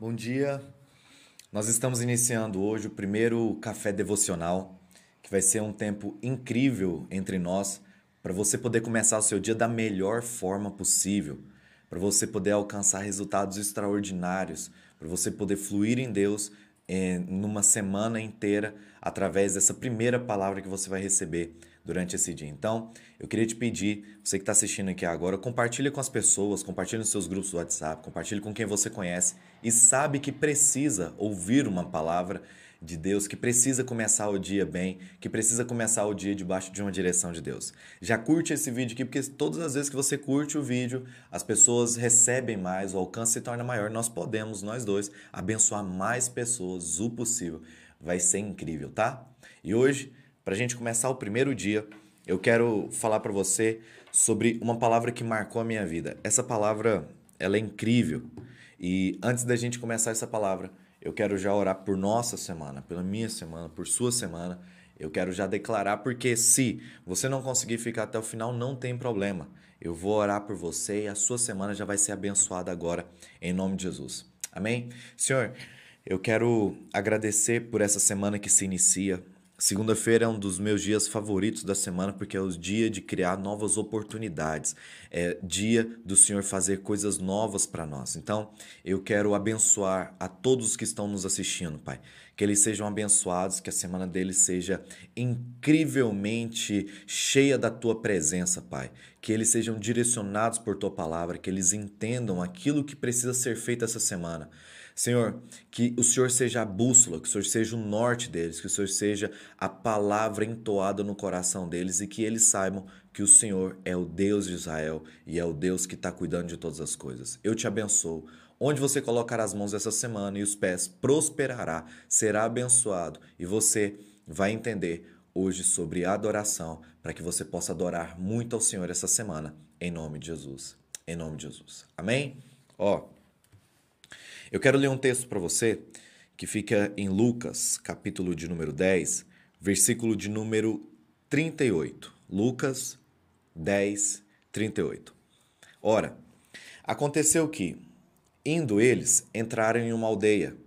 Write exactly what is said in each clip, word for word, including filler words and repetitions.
Bom dia. Nós estamos iniciando hoje o primeiro café devocional, que vai ser um tempo incrível entre nós, para você poder começar o seu dia da melhor forma possível, para você poder alcançar resultados extraordinários, para você poder fluir em Deus eh, numa semana inteira através dessa primeira palavra que você vai receber durante esse dia. Então, eu queria te pedir, você que está assistindo aqui agora, compartilhe com as pessoas, compartilhe nos seus grupos do WhatsApp, compartilhe com quem você conhece e sabe que precisa ouvir uma palavra de Deus, que precisa começar o dia bem, que precisa começar o dia debaixo de uma direção de Deus. Já curte esse vídeo aqui, porque todas as vezes que você curte o vídeo, as pessoas recebem mais, o alcance se torna maior. Nós podemos, nós dois, abençoar mais pessoas o possível. Vai ser incrível, tá? E hoje, para a gente começar o primeiro dia, eu quero falar para você sobre uma palavra que marcou a minha vida. Essa palavra, ela é incrível. E antes da gente começar essa palavra, eu quero já orar por nossa semana, pela minha semana, por sua semana. Eu quero já declarar, porque se você não conseguir ficar até o final, não tem problema. Eu vou orar por você e a sua semana já vai ser abençoada agora, em nome de Jesus. Amém? Senhor, eu quero agradecer por essa semana que se inicia. Segunda-feira é um dos meus dias favoritos da semana porque é o dia de criar novas oportunidades, é dia do Senhor fazer coisas novas para nós. Então, eu quero abençoar a todos que estão nos assistindo, Pai. Que eles sejam abençoados, que a semana deles seja incrivelmente cheia da Tua presença, Pai. Que eles sejam direcionados por Tua palavra, que eles entendam aquilo que precisa ser feito essa semana. Senhor, que o Senhor seja a bússola, que o Senhor seja o norte deles, que o Senhor seja a palavra entoada no coração deles e que eles saibam que o Senhor é o Deus de Israel e é o Deus que está cuidando de todas as coisas. Eu te abençoo. Onde você colocar as mãos essa semana e os pés, prosperará, será abençoado e você vai entender hoje sobre adoração para que você possa adorar muito ao Senhor essa semana, em nome de Jesus. Em nome de Jesus. Amém? Ó. Eu quero ler um texto para você que fica em Lucas, capítulo de número dez, versículo de número trinta e oito. Lucas dez, trinta e oito. Ora, aconteceu que, indo eles, entraram em uma aldeia,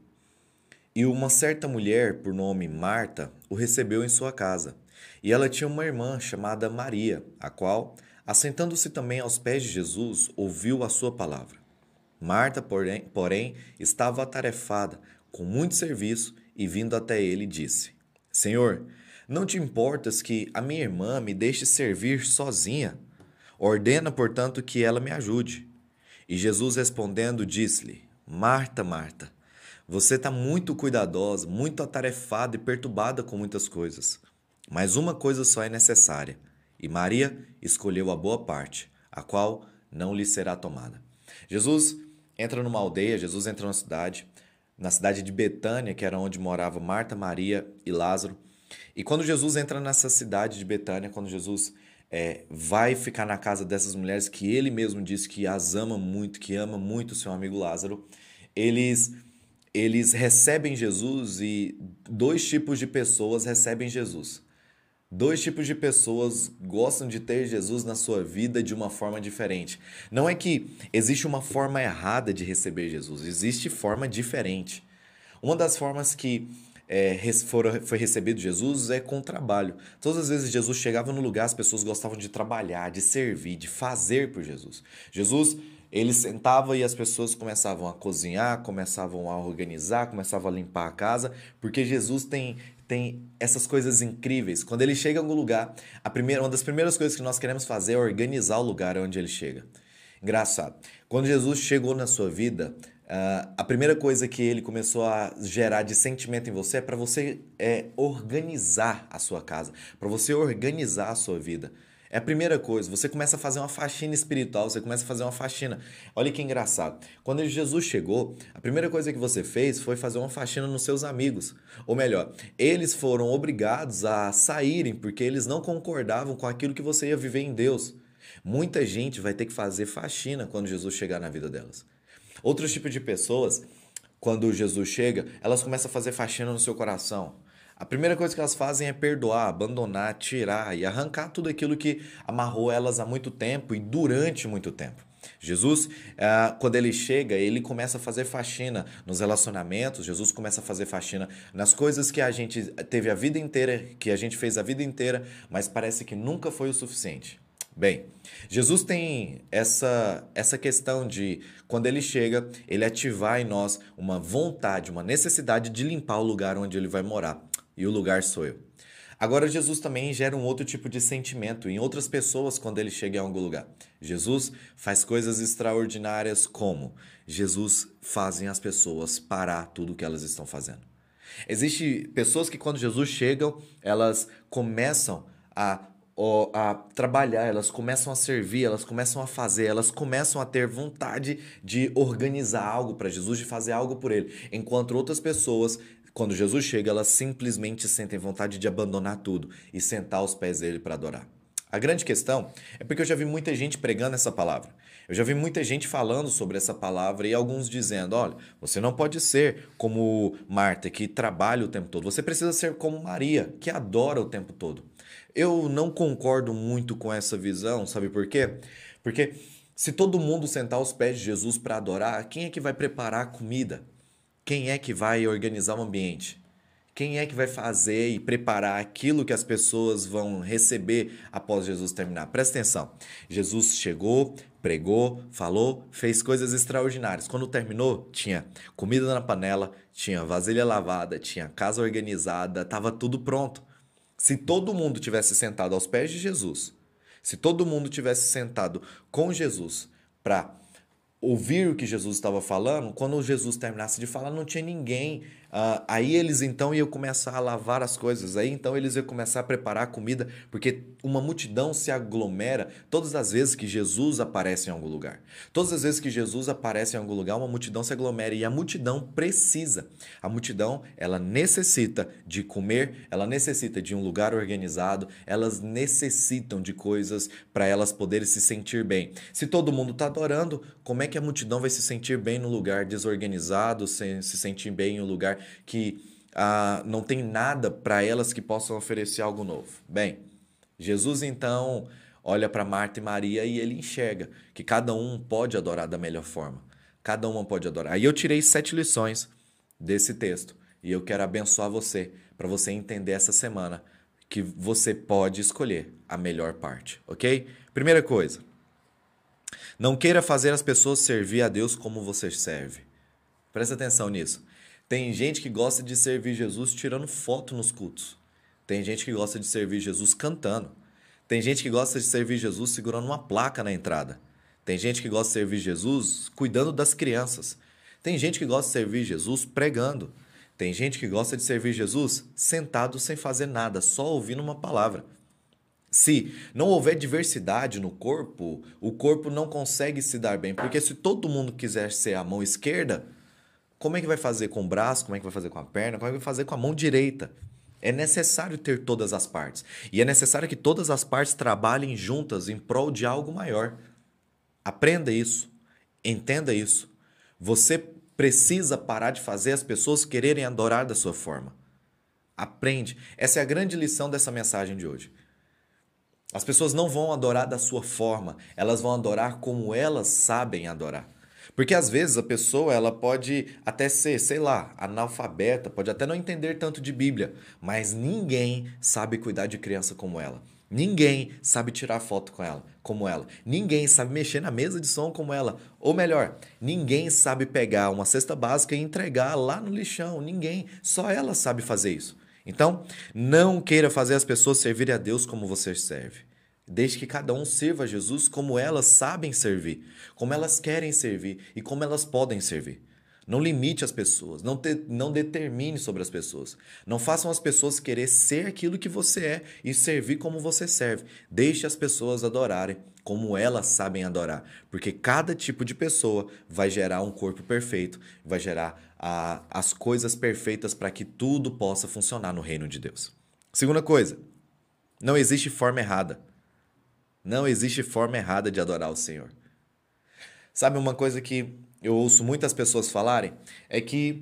e uma certa mulher, por nome Marta, o recebeu em sua casa. E ela tinha uma irmã chamada Maria, a qual, assentando-se também aos pés de Jesus, ouviu a sua palavra. Marta, porém, porém, estava atarefada com muito serviço e vindo até ele disse: Senhor, não te importas que a minha irmã me deixe servir sozinha? Ordena, portanto, que ela me ajude. E Jesus respondendo disse-lhe: Marta, Marta, você está muito cuidadosa, muito atarefada e perturbada com muitas coisas. Mas uma coisa só é necessária, e Maria escolheu a boa parte, a qual não lhe será tomada. Jesus entra numa aldeia, Jesus entra numa cidade, na cidade de Betânia, que era onde morava Marta, Maria e Lázaro. E quando Jesus entra nessa cidade de Betânia, quando Jesus é, vai ficar na casa dessas mulheres, que ele mesmo disse que as ama muito, que ama muito o seu amigo Lázaro, eles, eles recebem Jesus e dois tipos de pessoas recebem Jesus. Dois tipos de pessoas gostam de ter Jesus na sua vida de uma forma diferente. Não é que existe uma forma errada de receber Jesus, existe forma diferente. Uma das formas que é, for, foi recebido Jesus é com trabalho. Todas as vezes Jesus chegava no lugar, as pessoas gostavam de trabalhar, de servir, de fazer por Jesus. Jesus, ele sentava e as pessoas começavam a cozinhar, começavam a organizar, começavam a limpar a casa, porque Jesus tem... tem essas coisas incríveis. Quando ele chega em algum lugar, a primeira, uma das primeiras coisas que nós queremos fazer é organizar o lugar onde ele chega. Engraçado. Quando Jesus chegou na sua vida, uh, a primeira coisa que ele começou a gerar de sentimento em você é para você é, organizar a sua casa, para você organizar a sua vida. É a primeira coisa, você começa a fazer uma faxina espiritual, você começa a fazer uma faxina. Olha que engraçado. Quando Jesus chegou, a primeira coisa que você fez foi fazer uma faxina nos seus amigos. Ou melhor, eles foram obrigados a saírem porque eles não concordavam com aquilo que você ia viver em Deus. Muita gente vai ter que fazer faxina quando Jesus chegar na vida delas. Outros tipos de pessoas, quando Jesus chega, elas começam a fazer faxina no seu coração. A primeira coisa que elas fazem é perdoar, abandonar, tirar e arrancar tudo aquilo que amarrou elas há muito tempo e durante muito tempo. Jesus, ah, quando ele chega, ele começa a fazer faxina nos relacionamentos, Jesus começa a fazer faxina nas coisas que a gente teve a vida inteira, que a gente fez a vida inteira, mas parece que nunca foi o suficiente. Bem, Jesus tem essa, essa questão de, quando ele chega, ele ativar em nós uma vontade, uma necessidade de limpar o lugar onde ele vai morar. E o lugar sou eu. Agora, Jesus também gera um outro tipo de sentimento em outras pessoas quando ele chega em algum lugar. Jesus faz coisas extraordinárias como Jesus fazem as pessoas parar tudo o que elas estão fazendo. Existem pessoas que quando Jesus chega, elas começam a, a trabalhar, elas começam a servir, elas começam a fazer, elas começam a ter vontade de organizar algo para Jesus, de fazer algo por ele. Enquanto outras pessoas, quando Jesus chega, elas simplesmente sentem vontade de abandonar tudo e sentar aos pés dele para adorar. A grande questão é porque eu já vi muita gente pregando essa palavra. Eu já vi muita gente falando sobre essa palavra e alguns dizendo, olha, você não pode ser como Marta, que trabalha o tempo todo. Você precisa ser como Maria, que adora o tempo todo. Eu não concordo muito com essa visão, sabe por quê? Porque se todo mundo sentar aos pés de Jesus para adorar, quem é que vai preparar a comida? Quem é que vai organizar o ambiente? Quem é que vai fazer e preparar aquilo que as pessoas vão receber após Jesus terminar? Presta atenção. Jesus chegou, pregou, falou, fez coisas extraordinárias. Quando terminou, tinha comida na panela, tinha vasilha lavada, tinha casa organizada, estava tudo pronto. Se todo mundo tivesse sentado aos pés de Jesus, se todo mundo tivesse sentado com Jesus para ouvir o que Jesus estava falando, quando Jesus terminasse de falar, não tinha ninguém. Uh, aí eles então iam começar a lavar as coisas, aí então eles iam começar a preparar a comida, porque uma multidão se aglomera todas as vezes que Jesus aparece em algum lugar. Todas as vezes que Jesus aparece em algum lugar, uma multidão se aglomera e a multidão precisa. A multidão, ela necessita de comer, ela necessita de um lugar organizado, elas necessitam de coisas para elas poderem se sentir bem. Se todo mundo está adorando, como é que a multidão vai se sentir bem no lugar desorganizado, se, se sentir bem em um lugar que ah, não tem nada para elas que possam oferecer algo novo? Bem, Jesus então olha para Marta e Maria e ele enxerga que cada um pode adorar da melhor forma. Cada uma pode adorar. Aí eu tirei sete lições desse texto e eu quero abençoar você para você entender essa semana que você pode escolher a melhor parte, ok? Primeira coisa, não queira fazer as pessoas servir a Deus como você serve. Presta atenção nisso. Tem gente que gosta de servir Jesus tirando foto nos cultos. Tem gente que gosta de servir Jesus cantando. Tem gente que gosta de servir Jesus segurando uma placa na entrada. Tem gente que gosta de servir Jesus cuidando das crianças. Tem gente que gosta de servir Jesus pregando. Tem gente que gosta de servir Jesus sentado sem fazer nada, só ouvindo uma palavra. Se não houver diversidade no corpo, o corpo não consegue se dar bem. Porque se todo mundo quiser ser a mão esquerda, como é que vai fazer com o braço? Como é que vai fazer com a perna? Como é que vai fazer com a mão direita? É necessário ter todas as partes. E é necessário que todas as partes trabalhem juntas em prol de algo maior. Aprenda isso. Entenda isso. Você precisa parar de fazer as pessoas quererem adorar da sua forma. Aprende. Essa é a grande lição dessa mensagem de hoje. As pessoas não vão adorar da sua forma, elas vão adorar como elas sabem adorar. Porque às vezes a pessoa ela pode até ser, sei lá, analfabeta, pode até não entender tanto de Bíblia, mas ninguém sabe cuidar de criança como ela. Ninguém sabe tirar foto com ela, como ela. Ninguém sabe mexer na mesa de som como ela. Ou melhor, ninguém sabe pegar uma cesta básica e entregar lá no lixão. Ninguém, só ela sabe fazer isso. Então, não queira fazer as pessoas servirem a Deus como você serve. Deixe que cada um sirva a Jesus como elas sabem servir, como elas querem servir e como elas podem servir. Não limite as pessoas, não, te, não determine sobre as pessoas. Não façam as pessoas querer ser aquilo que você é e servir como você serve. Deixe as pessoas adorarem como elas sabem adorar, porque cada tipo de pessoa vai gerar um corpo perfeito, vai gerar a, as coisas perfeitas para que tudo possa funcionar no reino de Deus. Segunda coisa, não existe forma errada. Não existe forma errada de adorar o Senhor. Sabe uma coisa que eu ouço muitas pessoas falarem? É que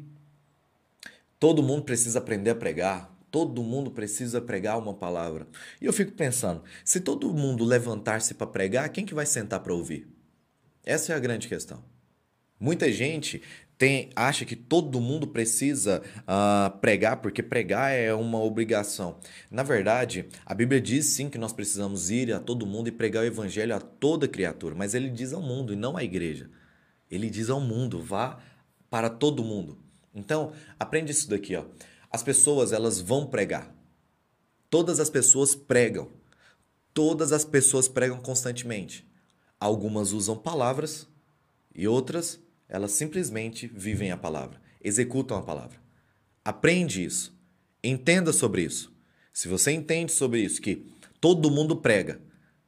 todo mundo precisa aprender a pregar. Todo mundo precisa pregar uma palavra. E eu fico pensando, se todo mundo levantar-se para pregar, quem que vai sentar para ouvir? Essa é a grande questão. Muita gente tem, acha que todo mundo precisa ah, pregar, porque pregar é uma obrigação. Na verdade, a Bíblia diz sim que nós precisamos ir a todo mundo e pregar o evangelho a toda criatura, mas ele diz ao mundo e não à igreja. Ele diz ao mundo, vá para todo mundo. Então, aprende isso daqui, ó. As pessoas, elas vão pregar. Todas as pessoas pregam. Todas as pessoas pregam constantemente. Algumas usam palavras e outras, elas simplesmente vivem a palavra, executam a palavra. Aprende isso. Entenda sobre isso. Se você entende sobre isso, que todo mundo prega,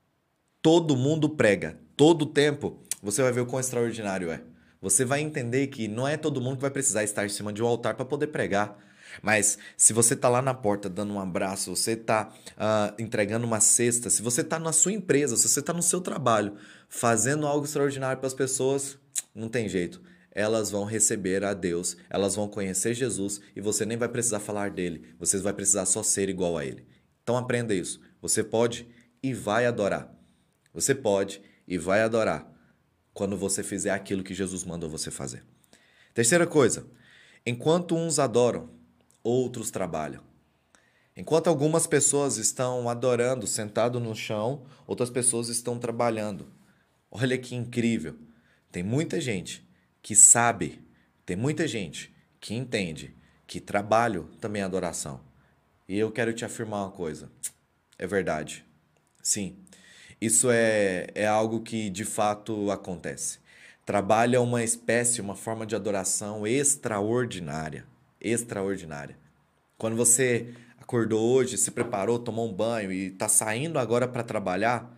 todo mundo prega, todo tempo, você vai ver o quão extraordinário é. Você vai entender que não é todo mundo que vai precisar estar em cima de um altar para poder pregar. Mas se você está lá na porta dando um abraço, você está uh, entregando uma cesta, se você está na sua empresa, se você está no seu trabalho, fazendo algo extraordinário para as pessoas, não tem jeito. Elas vão receber a Deus, elas vão conhecer Jesus e você nem vai precisar falar dele, você vai precisar só ser igual a ele. Então aprenda isso. Você pode e vai adorar. Você pode e vai adorar quando você fizer aquilo que Jesus mandou você fazer. Terceira coisa, enquanto uns adoram, outros trabalham. Enquanto algumas pessoas estão adorando sentado no chão, outras pessoas estão trabalhando. Olha que incrível. Tem muita gente que sabe, tem muita gente que entende que trabalho também é adoração. E eu quero te afirmar uma coisa. É verdade. Sim, isso é, é algo que de fato acontece. Trabalho é uma espécie, uma forma de adoração extraordinária. Extraordinária. Quando você acordou hoje, se preparou, tomou um banho e está saindo agora para trabalhar,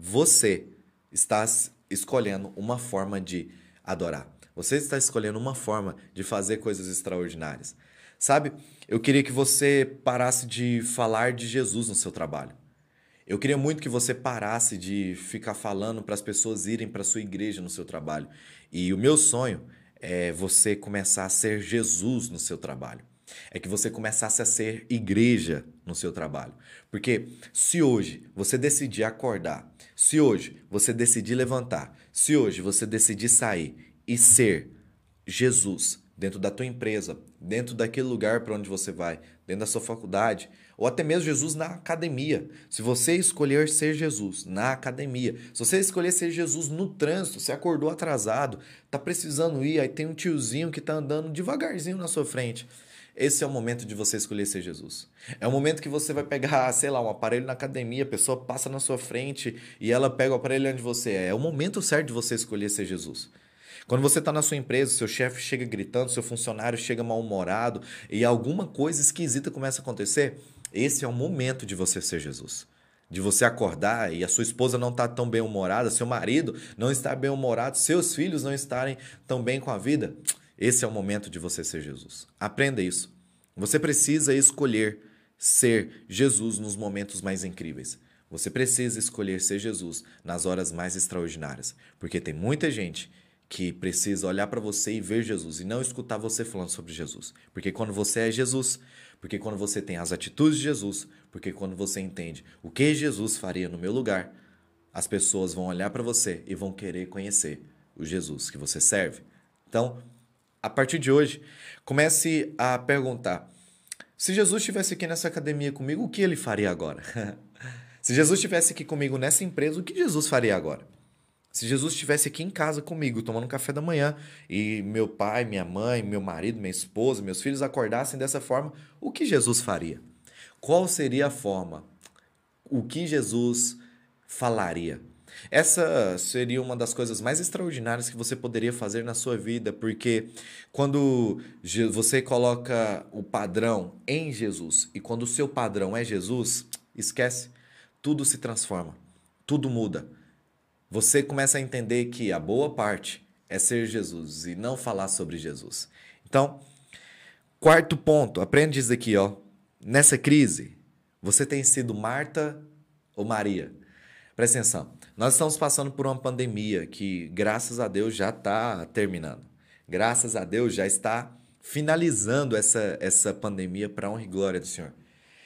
você está escolhendo uma forma de adorar. Você está escolhendo uma forma de fazer coisas extraordinárias. Sabe, eu queria que você parasse de falar de Jesus no seu trabalho. Eu queria muito que você parasse de ficar falando para as pessoas irem para a sua igreja no seu trabalho. E o meu sonho é você começar a ser Jesus no seu trabalho. É que você começasse a ser igreja no seu trabalho. Porque se hoje você decidir acordar, se hoje você decidir levantar, se hoje você decidir sair e ser Jesus dentro da tua empresa, dentro daquele lugar para onde você vai, dentro da sua faculdade, ou até mesmo Jesus na academia. Se você escolher ser Jesus na academia, se você escolher ser Jesus no trânsito, você acordou atrasado, tá precisando ir, aí tem um tiozinho que tá andando devagarzinho na sua frente. Esse é o momento de você escolher ser Jesus. É o momento que você vai pegar, sei lá, um aparelho na academia, a pessoa passa na sua frente e ela pega o aparelho onde você é. É o momento certo de você escolher ser Jesus. Quando você está na sua empresa, seu chefe chega gritando, seu funcionário chega mal-humorado e alguma coisa esquisita começa a acontecer, esse é o momento de você ser Jesus. De você acordar e a sua esposa não está tão bem-humorada, seu marido não está bem-humorado, seus filhos não estarem tão bem com a vida. Esse é o momento de você ser Jesus. Aprenda isso. Você precisa escolher ser Jesus nos momentos mais incríveis. Você precisa escolher ser Jesus nas horas mais extraordinárias. Porque tem muita gente que precisa olhar para você e ver Jesus e não escutar você falando sobre Jesus. Porque quando você é Jesus, porque quando você tem as atitudes de Jesus, porque quando você entende o que Jesus faria no meu lugar, as pessoas vão olhar para você e vão querer conhecer o Jesus que você serve. Então, a partir de hoje, comece a perguntar: se Jesus estivesse aqui nessa academia comigo, o que ele faria agora? Se Jesus estivesse aqui comigo nessa empresa, o que Jesus faria agora? Se Jesus estivesse aqui em casa comigo, tomando café da manhã, e meu pai, minha mãe, meu marido, minha esposa, meus filhos acordassem dessa forma, o que Jesus faria? Qual seria a forma? O que Jesus falaria? Essa seria uma das coisas mais extraordinárias que você poderia fazer na sua vida, porque quando você coloca o padrão em Jesus e quando o seu padrão é Jesus, esquece, tudo se transforma, tudo muda. Você começa a entender que a boa parte é ser Jesus e não falar sobre Jesus. Então, quarto ponto, aprende isso aqui, ó. Nessa crise, você tem sido Marta ou Maria? Presta atenção, nós estamos passando por uma pandemia que, graças a Deus, já está terminando. Graças a Deus, já está finalizando essa, essa pandemia para a honra e glória do Senhor.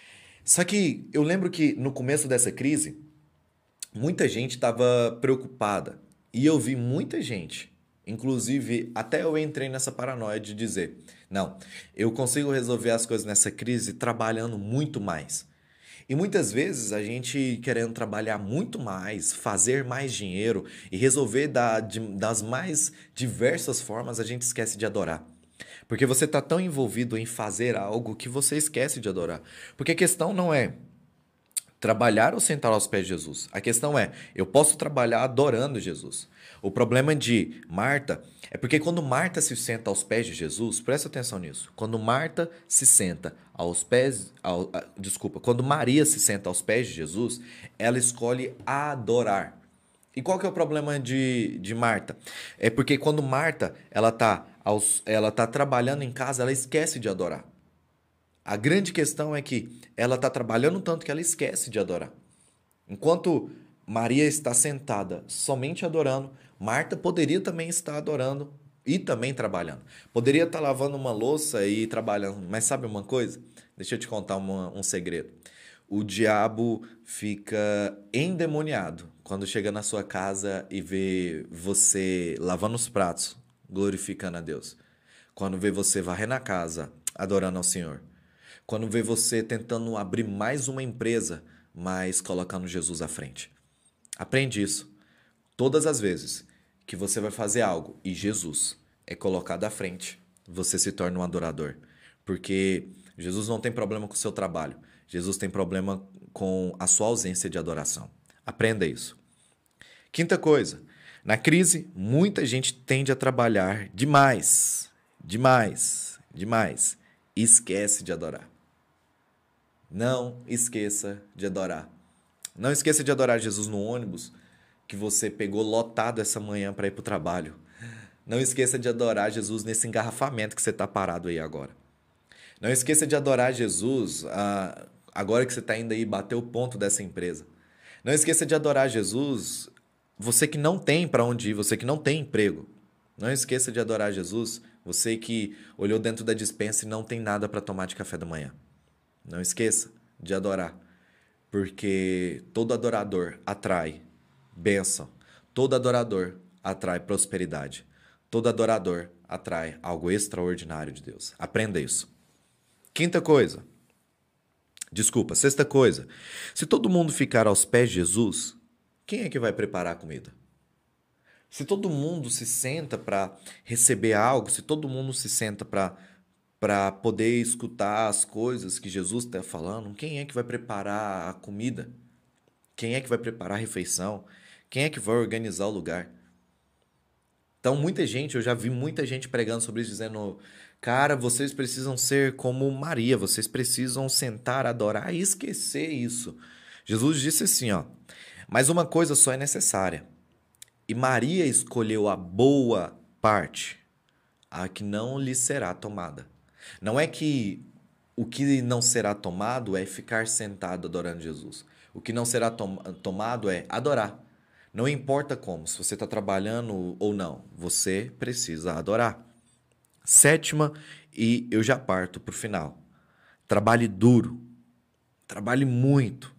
Só que eu lembro que no começo dessa crise, muita gente estava preocupada E eu vi muita gente, inclusive até eu entrei nessa paranoia de dizer, não, eu consigo resolver as coisas nessa crise trabalhando muito mais. E muitas vezes a gente querendo trabalhar muito mais, fazer mais dinheiro e resolver da, de- das mais diversas formas, a gente esquece de adorar. Porque você está tão envolvido em fazer algo que você esquece de adorar. Porque a questão não é trabalhar ou sentar aos pés de Jesus. A questão é, eu posso trabalhar adorando Jesus. O problema de Marta é porque quando Marta se senta aos pés de Jesus, presta atenção nisso. Quando Marta se senta aos pés, ao, a- desculpa, quando Maria se senta aos pés de Jesus, ela escolhe adorar. E qual que é o problema de, de Marta? É porque quando Marta ela tá aos, ela tá trabalhando em casa, ela esquece de adorar. A grande questão é que ela está trabalhando tanto que ela esquece de adorar. Enquanto Maria está sentada somente adorando, Marta poderia também estar adorando e também trabalhando. Poderia estar lavando uma louça e trabalhando, mas sabe uma coisa? Deixa eu te contar uma- um segredo. O diabo fica endemoniado quando chega na sua casa e vê você lavando os pratos, glorificando a Deus. Quando vê você varrendo a casa, adorando ao Senhor. Quando vê você tentando abrir mais uma empresa, mas colocando Jesus à frente. Aprende isso. Todas as vezes que você vai fazer algo e Jesus é colocado à frente, você se torna um adorador. Porque Jesus não tem problema com o seu trabalho. Jesus tem problema com a sua ausência de adoração. Aprenda isso. Quinta coisa, na crise, muita gente tende a trabalhar demais, demais, demais, e esquece de adorar. Não esqueça de adorar. Não esqueça de adorar Jesus no ônibus que você pegou lotado essa manhã para ir para o trabalho. Não esqueça de adorar Jesus nesse engarrafamento que você está parado aí agora. Não esqueça de adorar Jesus ah, agora que você está indo aí bater o ponto dessa empresa. Não esqueça de adorar Jesus você que não tem para onde ir, você que não tem emprego. Não esqueça de adorar Jesus você que olhou dentro da despensa e não tem nada para tomar de café da manhã. Não esqueça de adorar, porque todo adorador atrai bênção, todo adorador atrai prosperidade, todo adorador atrai algo extraordinário de Deus. Aprenda isso. Quinta coisa, desculpa, sexta coisa, se todo mundo ficar aos pés de Jesus, quem é que vai preparar a comida? Se todo mundo se senta para receber algo, se todo mundo se senta para para poder escutar as coisas que Jesus está falando, quem é que vai preparar a comida? Quem é que vai preparar a refeição? Quem é que vai organizar o lugar? Então, muita gente, eu já vi muita gente pregando sobre isso, dizendo: cara, vocês precisam ser como Maria, vocês precisam sentar, adorar e esquecer isso. Jesus disse assim, ó: mas uma coisa só é necessária. E Maria escolheu a boa parte, a que não lhe será tomada. Não é que o que não será tomado é ficar sentado adorando Jesus. O que não será tom tomado é adorar. Não importa como, se você está trabalhando ou não, você precisa adorar. Sétima, e eu já parto para o final. Trabalhe duro. Trabalhe muito.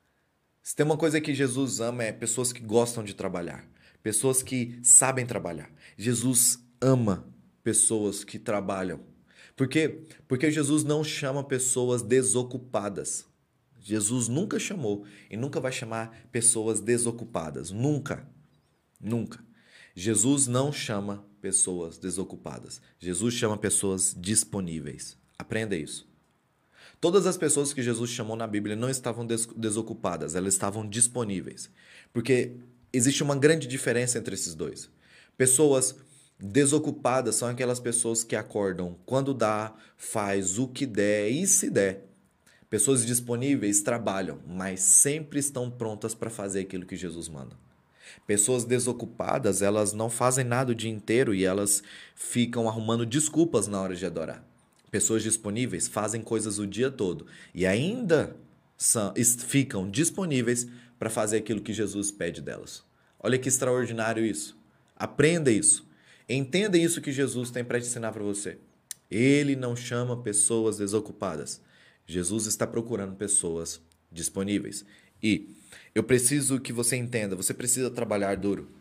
Se tem uma coisa que Jesus ama é pessoas que gostam de trabalhar. Pessoas que sabem trabalhar. Jesus ama pessoas que trabalham. Por quê? Porque Jesus não chama pessoas desocupadas. Jesus nunca chamou e nunca vai chamar pessoas desocupadas. Nunca. Nunca. Jesus não chama pessoas desocupadas. Jesus chama pessoas disponíveis. Aprenda isso. Todas as pessoas que Jesus chamou na Bíblia não estavam des desocupadas, elas estavam disponíveis. Porque existe uma grande diferença entre esses dois. Pessoas desocupadas são aquelas pessoas que acordam quando dá, faz o que der e se der. Pessoas disponíveis trabalham, mas sempre estão prontas para fazer aquilo que Jesus manda. Pessoas desocupadas, elas não fazem nada o dia inteiro e elas ficam arrumando desculpas na hora de adorar. Pessoas disponíveis fazem coisas o dia todo e ainda são, ficam disponíveis para fazer aquilo que Jesus pede delas. Olha que extraordinário isso. Aprenda isso. Entenda isso que Jesus tem para te ensinar para você. Ele não chama pessoas desocupadas. Jesus está procurando pessoas disponíveis. E eu preciso que você entenda, você precisa trabalhar duro.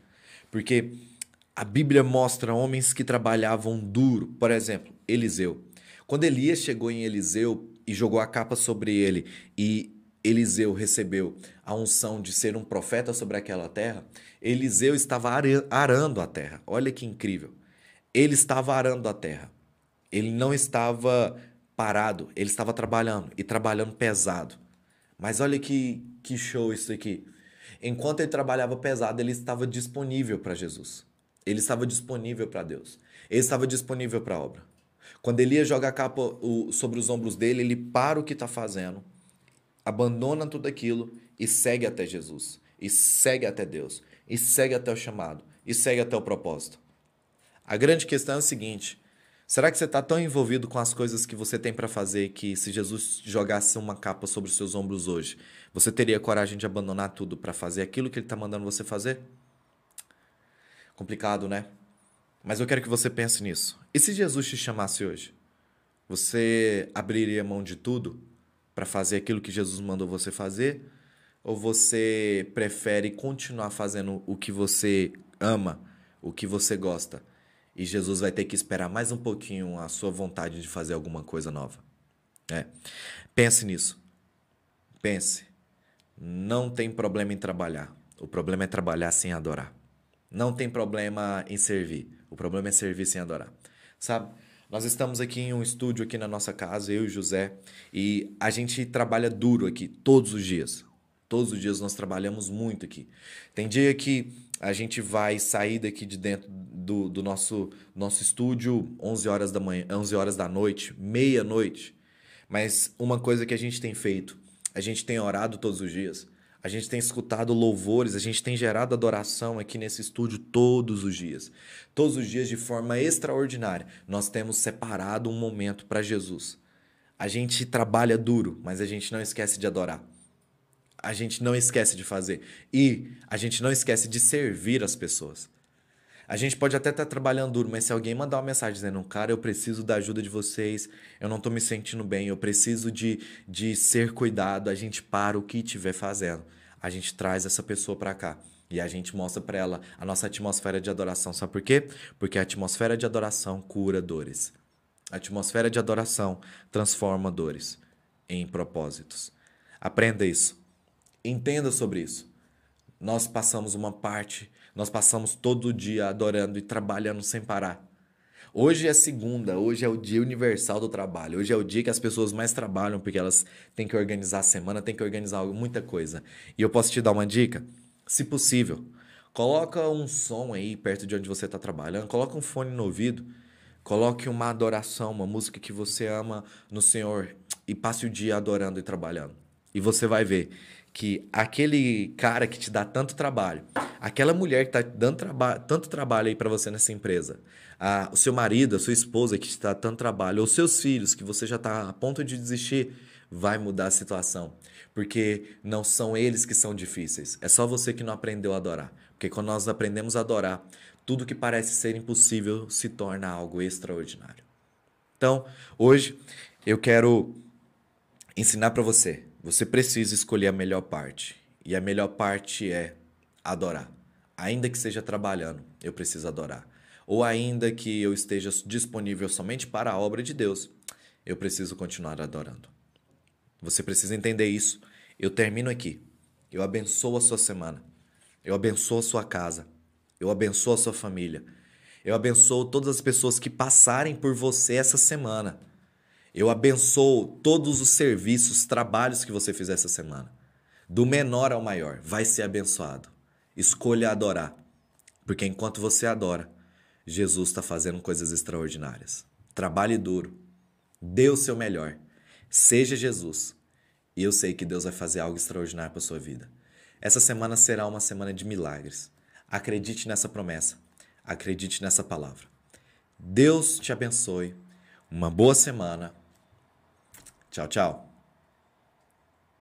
Porque a Bíblia mostra homens que trabalhavam duro. Por exemplo, Eliseu. Quando Elias chegou em Eliseu e jogou a capa sobre ele e Eliseu recebeu a unção de ser um profeta sobre aquela terra, Eliseu estava arando a terra. Olha que incrível. Ele estava arando a terra. Ele não estava parado, ele estava trabalhando e trabalhando pesado. Mas olha que, que show isso aqui. Enquanto ele trabalhava pesado, ele estava disponível para Jesus. Ele estava disponível para Deus. Ele estava disponível para a obra. Quando Elias joga a capa o, sobre os ombros dele, ele para o que está fazendo, abandona tudo aquilo e segue até Jesus. E segue até Deus. E segue até o chamado. E segue até o propósito. A grande questão é o seguinte: será que você está tão envolvido com as coisas que você tem para fazer que se Jesus jogasse uma capa sobre os seus ombros hoje, você teria coragem de abandonar tudo para fazer aquilo que ele está mandando você fazer? Complicado, né? Mas eu quero que você pense nisso. E se Jesus te chamasse hoje? Você abriria mão de tudo para fazer aquilo que Jesus mandou você fazer? Ou você prefere continuar fazendo o que você ama, o que você gosta? E Jesus vai ter que esperar mais um pouquinho a sua vontade de fazer alguma coisa nova. É. Pense nisso. Pense. Não tem problema em trabalhar. O problema é trabalhar sem adorar. Não tem problema em servir. O problema é servir sem adorar. Sabe? Nós estamos aqui em um estúdio aqui na nossa casa, eu e o José, e a gente trabalha duro aqui todos os dias. Todos os dias nós trabalhamos muito aqui. Tem dia que a gente vai sair daqui de dentro do, do nosso, nosso estúdio onze horas da manhã, onze horas da noite, meia-noite. Mas uma coisa que a gente tem feito, a gente tem orado todos os dias, a gente tem escutado louvores, a gente tem gerado adoração aqui nesse estúdio todos os dias. Todos os dias, de forma extraordinária, nós temos separado um momento para Jesus. A gente trabalha duro, mas a gente não esquece de adorar. A gente não esquece de fazer. E a gente não esquece de servir as pessoas. A gente pode até estar trabalhando duro, mas se alguém mandar uma mensagem dizendo: cara, eu preciso da ajuda de vocês, eu não estou me sentindo bem, eu preciso de, de ser cuidado, a gente para o que estiver fazendo. A gente traz essa pessoa para cá e a gente mostra para ela a nossa atmosfera de adoração. Sabe por quê? Porque a atmosfera de adoração cura dores. A atmosfera de adoração transforma dores em propósitos. Aprenda isso. Entenda sobre isso. Nós passamos uma parte, nós passamos todo dia adorando e trabalhando sem parar. Hoje é segunda, hoje é o dia universal do trabalho. Hoje é o dia que as pessoas mais trabalham porque elas têm que organizar a semana, têm que organizar muita coisa. E eu posso te dar uma dica? Se possível, coloca um som aí perto de onde você está trabalhando, coloca um fone no ouvido, coloque uma adoração, uma música que você ama no Senhor e passe o dia adorando e trabalhando. E você vai ver que aquele cara que te dá tanto trabalho, aquela mulher que está dando traba- tanto trabalho aí para você nessa empresa, a, o seu marido, a sua esposa que te dá tanto trabalho, ou seus filhos que você já está a ponto de desistir, vai mudar a situação. Porque não são eles que são difíceis, é só você que não aprendeu a adorar. Porque quando nós aprendemos a adorar, tudo que parece ser impossível se torna algo extraordinário. Então, hoje eu quero ensinar para você. Você precisa escolher a melhor parte. E a melhor parte é adorar. Ainda que seja trabalhando, eu preciso adorar. Ou ainda que eu esteja disponível somente para a obra de Deus, eu preciso continuar adorando. Você precisa entender isso. Eu termino aqui. Eu abençoo a sua semana. Eu abençoo a sua casa. Eu abençoo a sua família. Eu abençoo todas as pessoas que passarem por você essa semana. Eu abençoo todos os serviços, trabalhos que você fizer essa semana. Do menor ao maior, vai ser abençoado. Escolha adorar. Porque enquanto você adora, Jesus está fazendo coisas extraordinárias. Trabalhe duro. Dê o seu melhor. Seja Jesus. E eu sei que Deus vai fazer algo extraordinário para a sua vida. Essa semana será uma semana de milagres. Acredite nessa promessa. Acredite nessa palavra. Deus te abençoe. Uma boa semana. Tchau, tchau.